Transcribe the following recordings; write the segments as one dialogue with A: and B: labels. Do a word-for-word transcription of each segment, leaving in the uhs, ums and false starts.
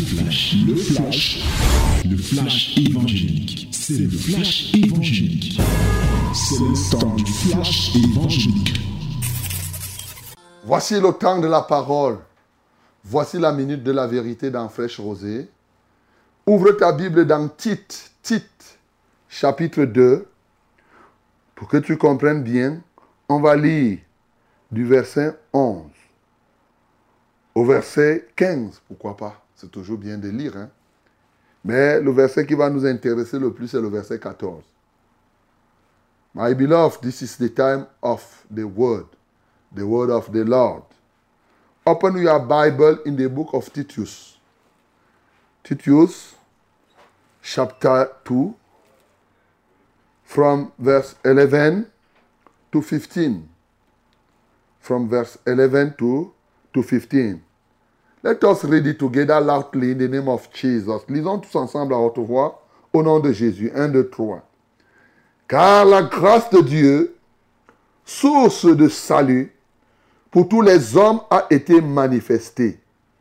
A: flash, le flash, le flash évangélique. C'est le flash évangélique. C'est le temps du flash évangélique.
B: Voici le temps de la parole. Voici la minute de la vérité dans Flèche Rosée. Ouvre ta Bible dans Tite, Tite, chapitre deux. Pour que tu comprennes bien, on va lire du verset onze au verset quinze. Pourquoi pas? C'est toujours bien de lire. Hein? Mais le verset qui va nous intéresser le plus, c'est le verset quatorze. My beloved, this is the time of the word, the word of the Lord. Open your Bible in the book of Titus. Titus, chapter two, from verse eleven to fifteen. From verse eleven to, to fifteen. Let us read it together loudly in the name of Jesus. Lisons tous ensemble à haute voix au nom de Jésus. un, deux, trois. Car la grâce de Dieu, source de salut pour tous les hommes, a été manifestée.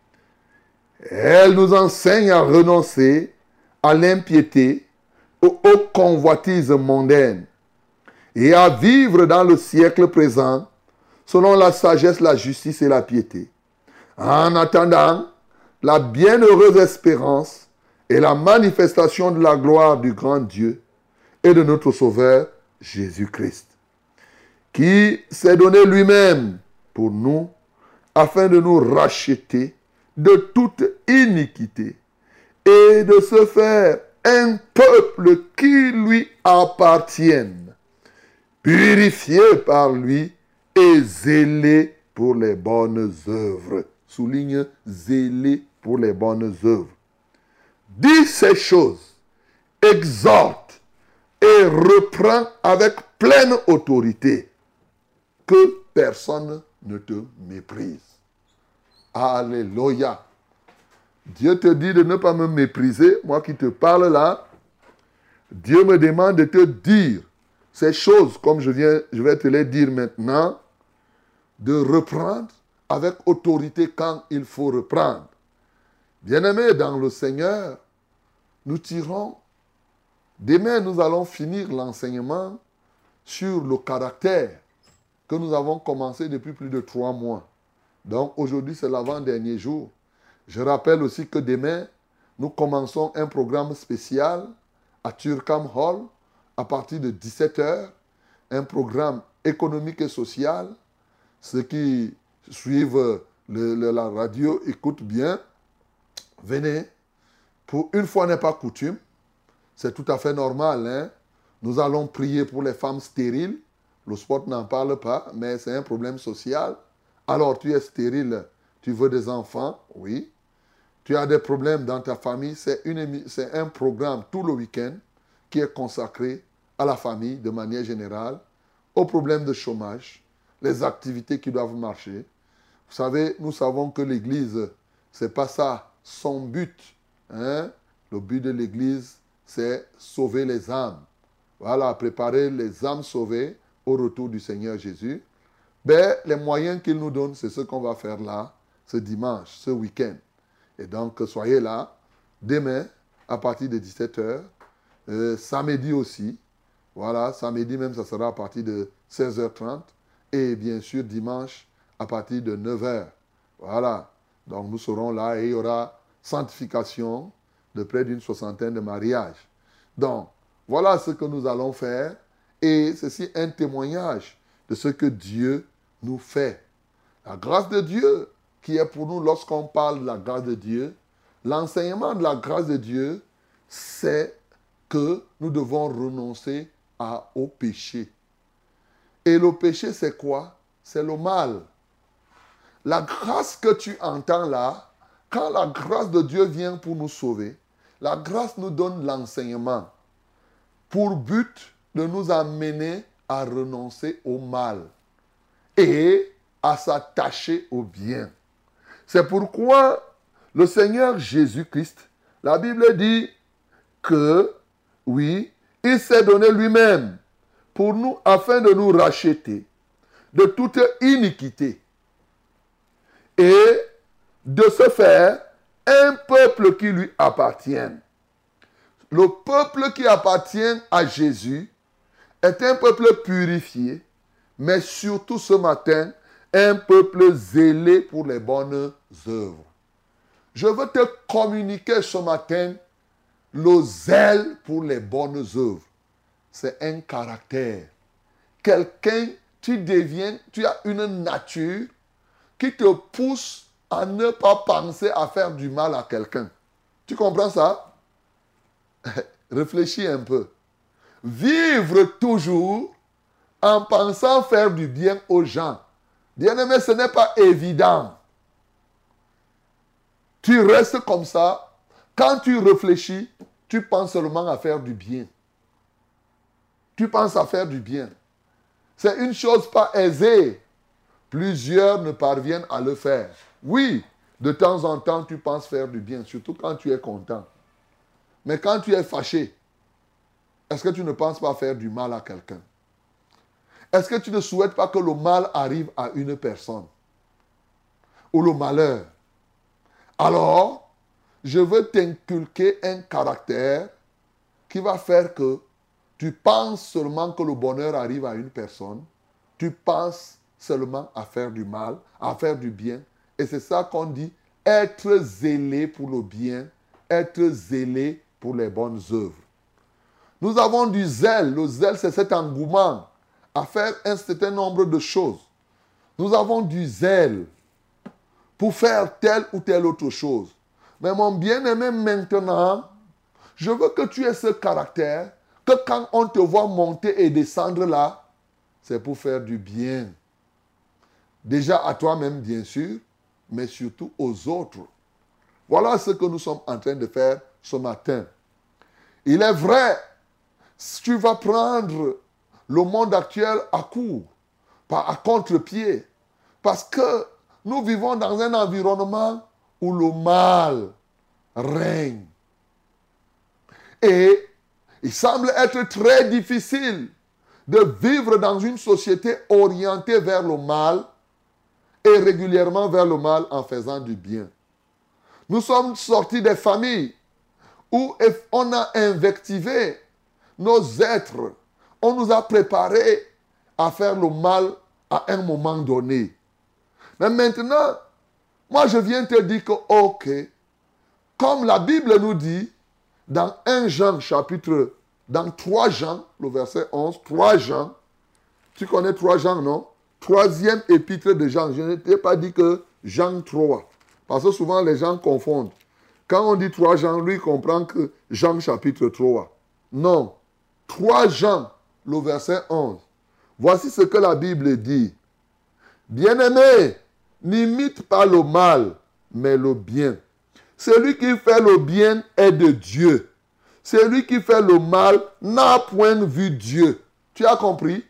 B: Elle nous enseigne à renoncer à l'impiété, aux convoitises mondaines et à vivre dans le siècle présent selon la sagesse, la justice et la piété, en attendant la bienheureuse espérance et la manifestation de la gloire du grand Dieu et de notre Sauveur Jésus-Christ, qui s'est donné lui-même pour nous afin de nous racheter de toute iniquité et de se faire un peuple qui lui appartienne, purifié par lui et zélé pour les bonnes œuvres. Souligne zélé pour les bonnes œuvres. Dis ces choses, exhorte et reprend avec pleine autorité, que personne ne te méprise. Alléluia. Dieu te dit de ne pas me mépriser, moi qui te parle là. Dieu me demande de te dire ces choses, comme je, viens, je vais te les dire maintenant, de reprendre avec autorité quand il faut reprendre. Bien-aimés dans le Seigneur, nous tirons. Demain, nous allons finir l'enseignement sur le caractère que nous avons commencé depuis plus de trois mois. Donc aujourd'hui, c'est l'avant-dernier jour. Je rappelle aussi que demain, nous commençons un programme spécial à Turcam Hall à partir de dix-sept heures. Un programme économique et social. Ceux qui suivent le, le, la radio écoutent bien. Venez. Pour une fois n'est pas coutume. C'est tout à fait normal. Hein? Nous allons prier pour les femmes stériles. Le sport n'en parle pas, mais c'est un problème social. Alors, tu es stérile, tu veux des enfants, oui. Tu as des problèmes dans ta famille, c'est, une, c'est un programme tout le week-end qui est consacré à la famille de manière générale, aux problèmes de chômage, les activités qui doivent marcher. Vous savez, nous savons que l'Église, ce n'est pas ça son but. Hein? Le but de l'Église, c'est sauver les âmes. Voilà, préparer les âmes sauvées au retour du Seigneur Jésus. Ben, les moyens qu'il nous donne, c'est ce qu'on va faire là, ce dimanche, ce week-end. Et donc, soyez là, demain, à partir de dix-sept heures, euh, samedi aussi. Voilà, samedi même, ça sera à partir de seize heures trente. Et bien sûr, dimanche, à partir de neuf heures. Voilà. Donc, nous serons là et il y aura sanctification de près d'une soixantaine de mariages. Donc, voilà ce que nous allons faire. Et ceci est un témoignage de ce que Dieu nous fait. La grâce de Dieu qui est pour nous lorsqu'on parle de la grâce de Dieu, l'enseignement de la grâce de Dieu, c'est que nous devons renoncer à, au péché. Et le péché, c'est quoi? C'est le mal. La grâce que tu entends là, quand la grâce de Dieu vient pour nous sauver, la grâce nous donne l'enseignement pour but de nous amener à renoncer au mal et à s'attacher au bien. C'est pourquoi le Seigneur Jésus-Christ, la Bible dit que, oui, il s'est donné lui-même pour nous afin de nous racheter de toute iniquité et de se faire un peuple qui lui appartienne. Le peuple qui appartient à Jésus est un peuple purifié, mais surtout ce matin, un peuple zélé pour les bonnes œuvres. Je veux te communiquer ce matin le zèle pour les bonnes œuvres. C'est un caractère. Quelqu'un, tu deviens, tu as une nature qui te pousse à ne pas penser à faire du mal à quelqu'un. Tu comprends ça? Réfléchis un peu. Vivre toujours en pensant faire du bien aux gens. Bien-aimé, ce n'est pas évident. Tu restes comme ça. Quand tu réfléchis, tu penses seulement à faire du bien. Tu penses à faire du bien. C'est une chose pas aisée. Plusieurs ne parviennent à le faire. Oui, de temps en temps, tu penses faire du bien, surtout quand tu es content. Mais quand tu es fâché, est-ce que tu ne penses pas faire du mal à quelqu'un? Est-ce que tu ne souhaites pas que le mal arrive à une personne? Ou le malheur? Alors, je veux t'inculquer un caractère qui va faire que tu penses seulement que le bonheur arrive à une personne. Tu penses seulement à faire du mal, à faire du bien. Et c'est ça qu'on dit, être zélé pour le bien, être zélé pour les bonnes œuvres. Nous avons du zèle. Le zèle, c'est cet engouement à faire un certain nombre de choses. Nous avons du zèle pour faire telle ou telle autre chose. Mais mon bien-aimé, maintenant, je veux que tu aies ce caractère, que quand on te voit monter et descendre là, c'est pour faire du bien. Déjà à toi-même, bien sûr, mais surtout aux autres. Voilà ce que nous sommes en train de faire ce matin. Il est vrai, si tu vas prendre le monde actuel à court, à contre-pied, parce que nous vivons dans un environnement où le mal règne. Et il semble être très difficile de vivre dans une société orientée vers le mal et régulièrement vers le mal en faisant du bien. Nous sommes sortis des familles où on a invectivé nos êtres. On nous a préparés à faire le mal à un moment donné. Mais maintenant, moi je viens te dire que, ok, comme la Bible nous dit, dans un Jean chapitre, dans trois Jean, le verset onze, trois Jean, tu connais trois Jean, non? Troisième épître de Jean. Je ne t'ai pas dit que Jean trois. Parce que souvent les gens confondent. Quand on dit trois Jean, lui comprend que Jean chapitre trois. Non. trois Jean, le verset onze. Voici ce que la Bible dit. Bien-aimé, n'imite pas le mal, mais le bien. Celui qui fait le bien est de Dieu. Celui qui fait le mal n'a point vu Dieu. Tu as compris?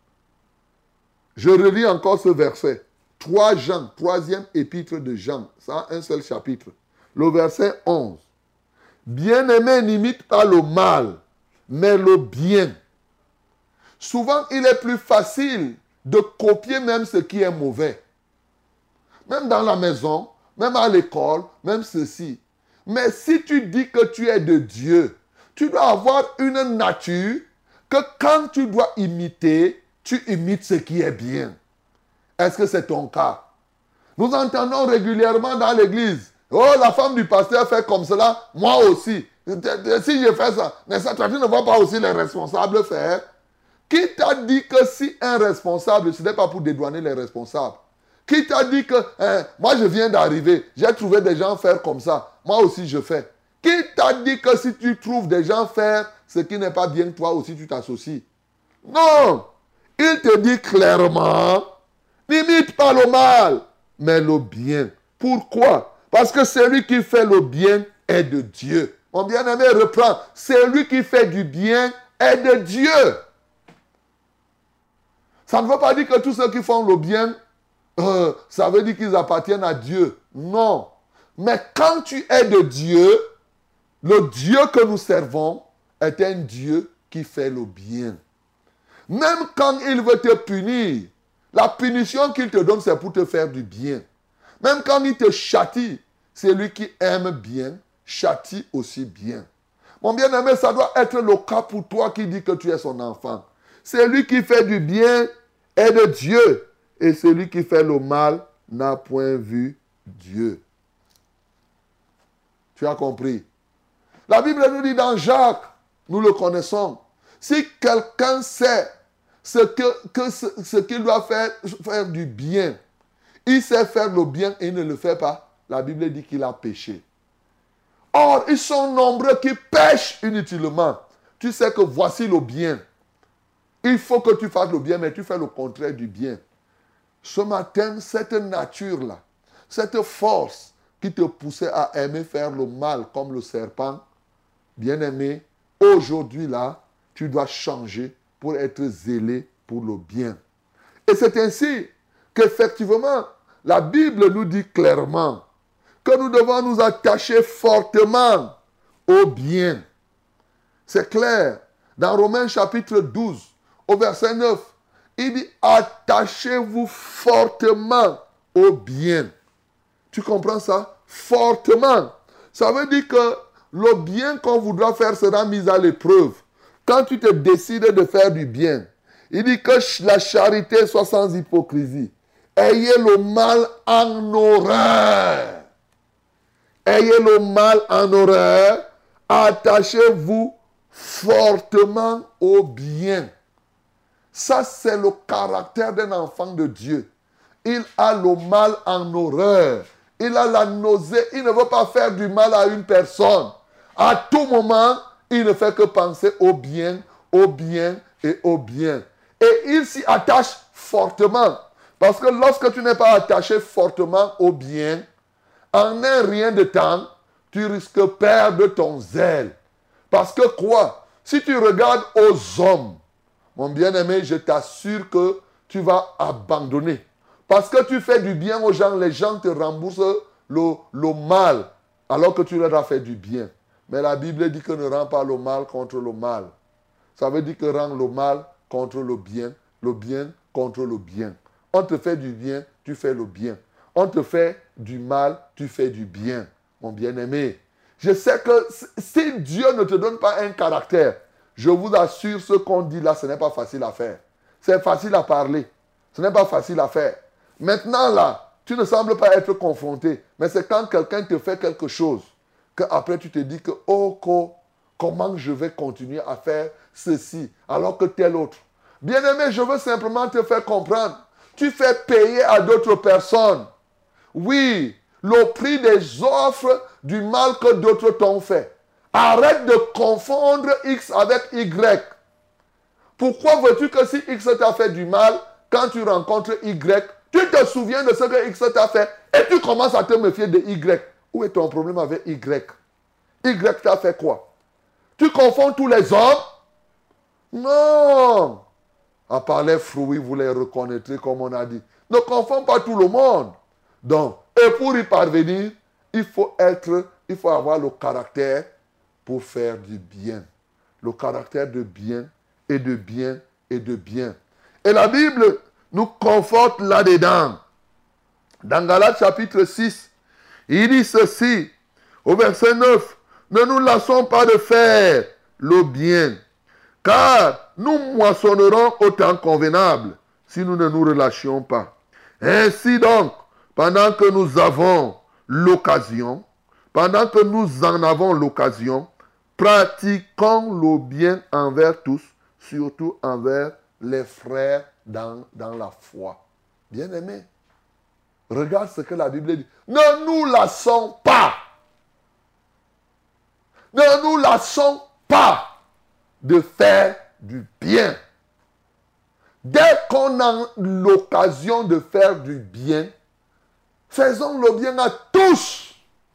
B: Je relis encore ce verset. trois Jean, troisième épître de Jean. Ça a un seul chapitre. Le verset onze. Bien-aimé, n'imite pas le mal, mais le bien. Souvent, il est plus facile de copier même ce qui est mauvais. Même dans la maison, même à l'école, même ceci. Mais si tu dis que tu es de Dieu, tu dois avoir une nature que quand tu dois imiter, tu imites ce qui est bien. Est-ce que c'est ton cas? Nous entendons régulièrement dans l'église, oh, la femme du pasteur fait comme cela, moi aussi. Si je fais ça, mais ça, toi, tu ne vois pas aussi les responsables faire? Qui t'a dit que si un responsable, ce n'est pas pour dédouaner les responsables? Qui t'a dit que, hein, moi je viens d'arriver, j'ai trouvé des gens faire comme ça, moi aussi je fais? Qui t'a dit que si tu trouves des gens faire ce qui n'est pas bien, toi aussi tu t'associes? Non! Il te dit clairement, n'imite pas le mal, mais le bien. Pourquoi? Parce que celui qui fait le bien est de Dieu. Mon bien-aimé reprend, celui qui fait du bien est de Dieu. Ça ne veut pas dire que tous ceux qui font le bien, euh, ça veut dire qu'ils appartiennent à Dieu. Non. Mais quand tu es de Dieu, le Dieu que nous servons est un Dieu qui fait le bien. Même quand il veut te punir, la punition qu'il te donne, c'est pour te faire du bien. Même quand il te châtie, celui qui aime bien châtie aussi bien. Mon bien-aimé, ça doit être le cas pour toi qui dis que tu es son enfant. Celui qui fait du bien est de Dieu, et celui qui fait le mal n'a point vu Dieu. Tu as compris? La Bible nous dit dans Jacques, nous le connaissons, si quelqu'un sait ce que, que ce, ce qu'il doit faire, faire du bien, il sait faire le bien et il ne le fait pas, la Bible dit qu'il a péché. Or, ils sont nombreux qui pêchent inutilement. Tu sais que voici le bien. Il faut que tu fasses le bien, mais tu fais le contraire du bien. Ce matin, cette nature-là, cette force qui te poussait à aimer faire le mal comme le serpent, bien-aimé, aujourd'hui là, tu dois changer pour être zélé pour le bien. Et c'est ainsi qu'effectivement, la Bible nous dit clairement que nous devons nous attacher fortement au bien. C'est clair. Dans Romains chapitre douze, au verset neuf, il dit « Attachez-vous fortement au bien ». Tu comprends ça? Fortement. Ça veut dire que le bien qu'on voudra faire sera mis à l'épreuve. Quand tu te décides de faire du bien, il dit que la charité soit sans hypocrisie. Ayez le mal en horreur. Ayez le mal en horreur. Attachez-vous fortement au bien. Ça, c'est le caractère d'un enfant de Dieu. Il a le mal en horreur. Il a la nausée. Il ne veut pas faire du mal à une personne. À tout moment, il ne fait que penser au bien, au bien et au bien. Et il s'y attache fortement. Parce que lorsque tu n'es pas attaché fortement au bien, en un rien de temps, tu risques de perdre ton zèle. Parce que quoi? Si tu regardes aux hommes, mon bien-aimé, je t'assure que tu vas abandonner. Parce que tu fais du bien aux gens, les gens te remboursent le, le mal, alors que tu leur as fait du bien. Mais la Bible dit que ne rends pas le mal contre le mal. Ça veut dire que rends le mal contre le bien, le bien contre le bien. On te fait du bien, tu fais le bien. On te fait du mal, tu fais du bien, mon bien-aimé. Je sais que si Dieu ne te donne pas un caractère, je vous assure, ce qu'on dit là, ce n'est pas facile à faire. C'est facile à parler. Ce n'est pas facile à faire. Maintenant là, tu ne sembles pas être confronté. Mais c'est quand quelqu'un te fait quelque chose qu'après tu te dis que, oh, comment je vais continuer à faire ceci alors que tel autre. Bien-aimé, je veux simplement te faire comprendre. Tu fais payer à d'autres personnes. Oui, le prix des offres du mal que d'autres t'ont fait. Arrête de confondre X avec Y. Pourquoi veux-tu que si X t'a fait du mal, quand tu rencontres Y, tu te souviens de ce que X t'a fait et tu commences à te méfier de Y. Où est ton problème avec Y? Y t'a fait quoi? Tu confonds tous les hommes? Non. À part les fruits, vous les reconnaîtrez comme on a dit. Ne confonds pas tout le monde. Donc, et pour y parvenir, il faut être, il faut avoir le caractère pour faire du bien. Le caractère de bien et de bien et de bien. Et la Bible nous conforte là-dedans. Dans Galates chapitre six, il dit ceci, au verset neuf, « Ne nous lassons pas de faire le bien, car nous moissonnerons au temps convenable si nous ne nous relâchions pas. Ainsi donc, pendant que nous avons l'occasion, pendant que nous en avons l'occasion, pratiquons le bien envers tous, surtout envers les frères dans, dans la foi. » Bien-aimé, regarde ce que la Bible dit. Ne nous lassons pas. Ne nous lassons pas de faire du bien. Dès qu'on a l'occasion de faire du bien, faisons le bien à tous.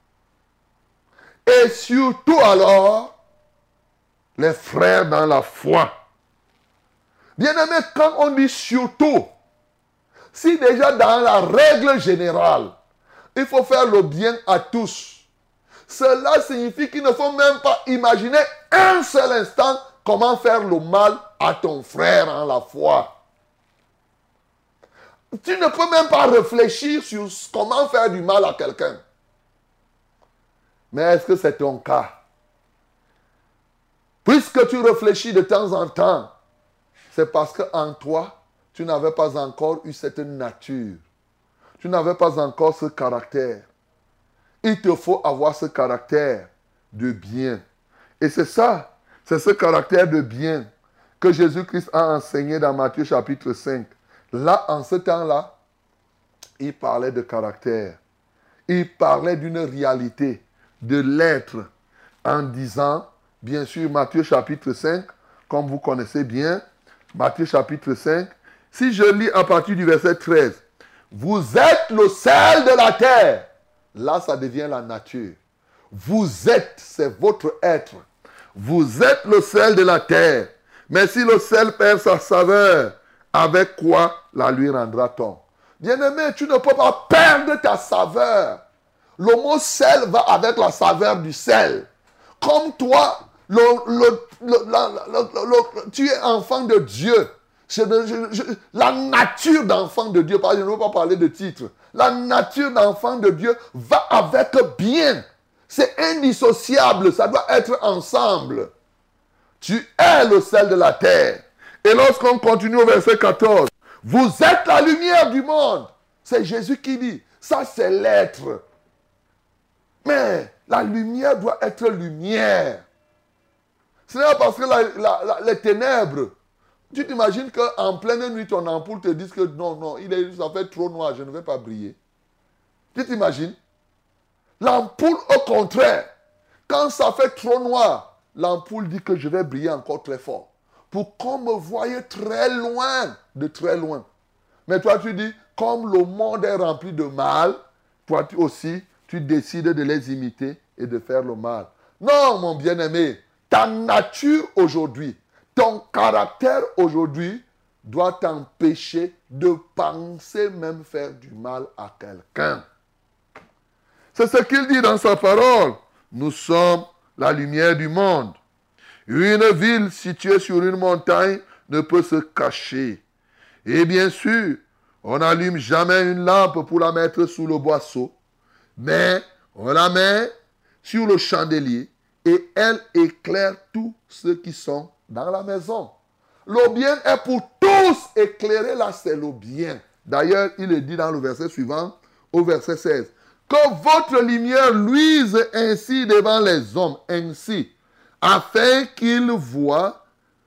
B: Et surtout alors, les frères dans la foi. Bien-aimé, quand on dit surtout, si déjà dans la règle générale, il faut faire le bien à tous, cela signifie qu'il ne faut même pas imaginer un seul instant comment faire le mal à ton frère en la foi. Tu ne peux même pas réfléchir sur comment faire du mal à quelqu'un. Mais est-ce que c'est ton cas? Puisque tu réfléchis de temps en temps, c'est parce qu'en toi, tu n'avais pas encore eu cette nature. Tu n'avais pas encore ce caractère. Il te faut avoir ce caractère de bien. Et c'est ça, c'est ce caractère de bien que Jésus-Christ a enseigné dans Matthieu chapitre cinq. Là, en ce temps-là, il parlait de caractère. Il parlait d'une réalité, de l'être, en disant, bien sûr, Matthieu chapitre cinq, comme vous connaissez bien, Matthieu chapitre cinq, si je lis à partir du verset treize, vous êtes le sel de la terre. Là, ça devient la nature. Vous êtes, c'est votre être. Vous êtes le sel de la terre. Mais si le sel perd sa saveur, avec quoi la lui rendra-t-on? Bien-aimé, tu ne peux pas perdre ta saveur. Le mot sel va avec la saveur du sel. Comme toi, le, le, le, la, le, le, tu es enfant de Dieu. Je, je, je, la nature d'enfant de Dieu, je ne veux pas parler de titre. La nature d'enfant de Dieu va avec bien. C'est indissociable, ça doit être ensemble. Tu es le sel de la terre. Et lorsqu'on continue au verset quatorze, vous êtes la lumière du monde. C'est Jésus qui dit, ça c'est l'être. Mais la lumière doit être lumière. Ce n'est pas parce que la, la, la, les ténèbres, tu t'imagines qu'en pleine nuit, ton ampoule te dise que non, non, il est, ça fait trop noir, je ne vais pas briller. Tu t'imagines? L'ampoule, au contraire, quand ça fait trop noir, l'ampoule dit que je vais briller encore très fort. Pour qu'on me voie très loin, de très loin. Mais toi, tu dis, comme le monde est rempli de mal, toi tu aussi, tu décides de les imiter et de faire le mal. Non, mon bien-aimé, ta nature aujourd'hui, ton caractère aujourd'hui doit t'empêcher de penser même faire du mal à quelqu'un. C'est ce qu'il dit dans sa parole. Nous sommes la lumière du monde. Une ville située sur une montagne ne peut se cacher. Et bien sûr, on n'allume jamais une lampe pour la mettre sous le boisseau, mais on la met sur le chandelier et elle éclaire tous ceux qui sont dans la maison. Le bien est pour tous. Éclairer là, c'est le bien. D'ailleurs, il est dit dans le verset suivant, au verset seize, que votre lumière luise ainsi devant les hommes, ainsi, afin qu'ils voient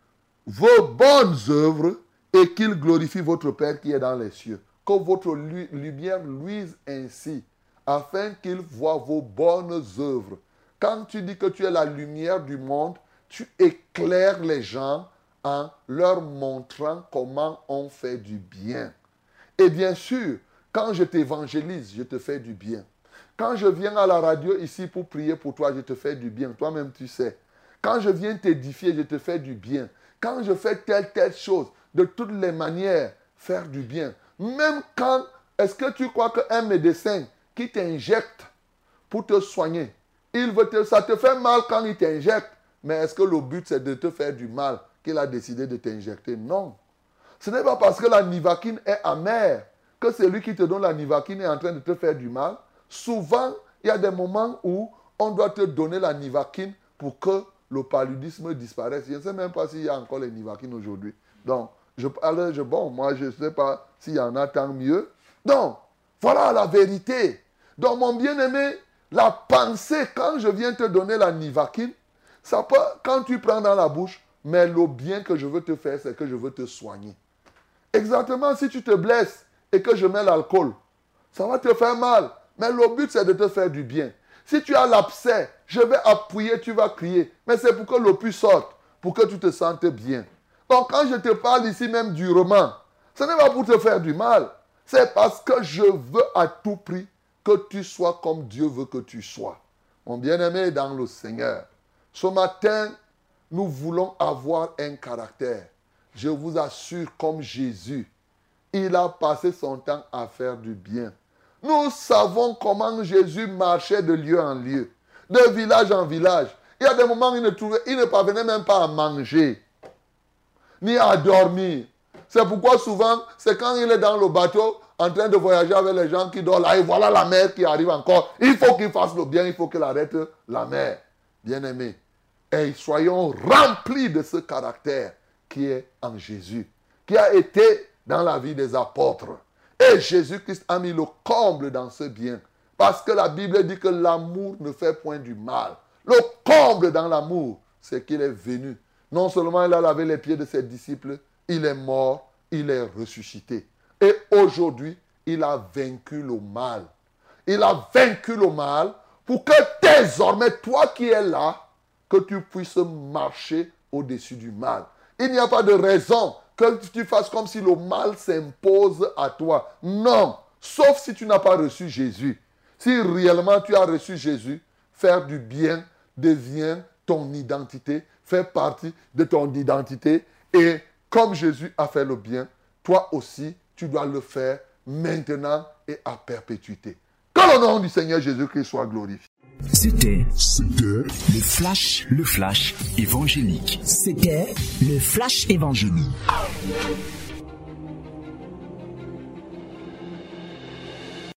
B: vos bonnes œuvres et qu'ils glorifient votre Père qui est dans les cieux. Que votre lu- lumière luise ainsi, afin qu'ils voient vos bonnes œuvres. Quand tu dis que tu es la lumière du monde, tu éclaires les gens en leur montrant comment on fait du bien. Et bien sûr, quand je t'évangélise, je te fais du bien. Quand je viens à la radio ici pour prier pour toi, je te fais du bien. Toi-même, tu sais. Quand je viens t'édifier, je te fais du bien. Quand je fais telle, telle chose, de toutes les manières, faire du bien. Même quand, est-ce que tu crois qu'un médecin qui t'injecte pour te soigner, il veut te, ça te fait mal quand il t'injecte, mais est-ce que le but c'est de te faire du mal qu'il a décidé de t'injecter? Non. Ce n'est pas parce que la nivaquine est amère que celui qui te donne la nivaquine est en train de te faire du mal. Souvent, il y a des moments où on doit te donner la nivaquine pour que le paludisme disparaisse. Je ne sais même pas s'il y a encore les nivaquines aujourd'hui. Donc, je parle, je, bon, moi je ne sais pas s'il y en a, tant mieux. Donc, voilà la vérité. Donc, mon bien-aimé, la pensée, quand je viens te donner la nivaquine, ça peut, quand tu prends dans la bouche, mais le bien que je veux te faire, c'est que je veux te soigner. Exactement, si tu te blesses et que je mets l'alcool, ça va te faire mal. Mais le but, c'est de te faire du bien. Si tu as l'abcès, je vais appuyer, tu vas crier. Mais c'est pour que le pus sorte, pour que tu te sentes bien. Donc, quand je te parle ici même durement, ce n'est pas pour te faire du mal. C'est parce que je veux à tout prix que tu sois comme Dieu veut que tu sois. Mon bien-aimé dans le Seigneur, ce matin, nous voulons avoir un caractère. Je vous assure, comme Jésus, il a passé son temps à faire du bien. Nous savons comment Jésus marchait de lieu en lieu, de village en village. Il y a des moments où il ne, trouvait, il ne parvenait même pas à manger, ni à dormir. C'est pourquoi souvent, c'est quand il est dans le bateau, en train de voyager avec les gens qui dorment là, et voilà la mer qui arrive encore. Il faut qu'il fasse le bien, il faut qu'il arrête la mer. Bien-aimé. Et soyons remplis de ce caractère qui est en Jésus, qui a été dans la vie des apôtres. Et Jésus-Christ a mis le comble dans ce bien. Parce que la Bible dit que l'amour ne fait point du mal. Le comble dans l'amour, c'est qu'il est venu. Non seulement il a lavé les pieds de ses disciples, il est mort, il est ressuscité. Et aujourd'hui, il a vaincu le mal. Il a vaincu le mal pour que désormais, toi qui es là, que tu puisses marcher au-dessus du mal. Il n'y a pas de raison que tu fasses comme si le mal s'impose à toi. Non, sauf si tu n'as pas reçu Jésus. Si réellement tu as reçu Jésus, faire du bien devient ton identité, fait partie de ton identité. Et comme Jésus a fait le bien, toi aussi, tu dois le faire maintenant et à perpétuité. Que le nom du Seigneur Jésus-Christ soit glorifié.
C: C'était,
A: C'était
C: le flash, le flash évangélique.
D: C'était le flash évangélique.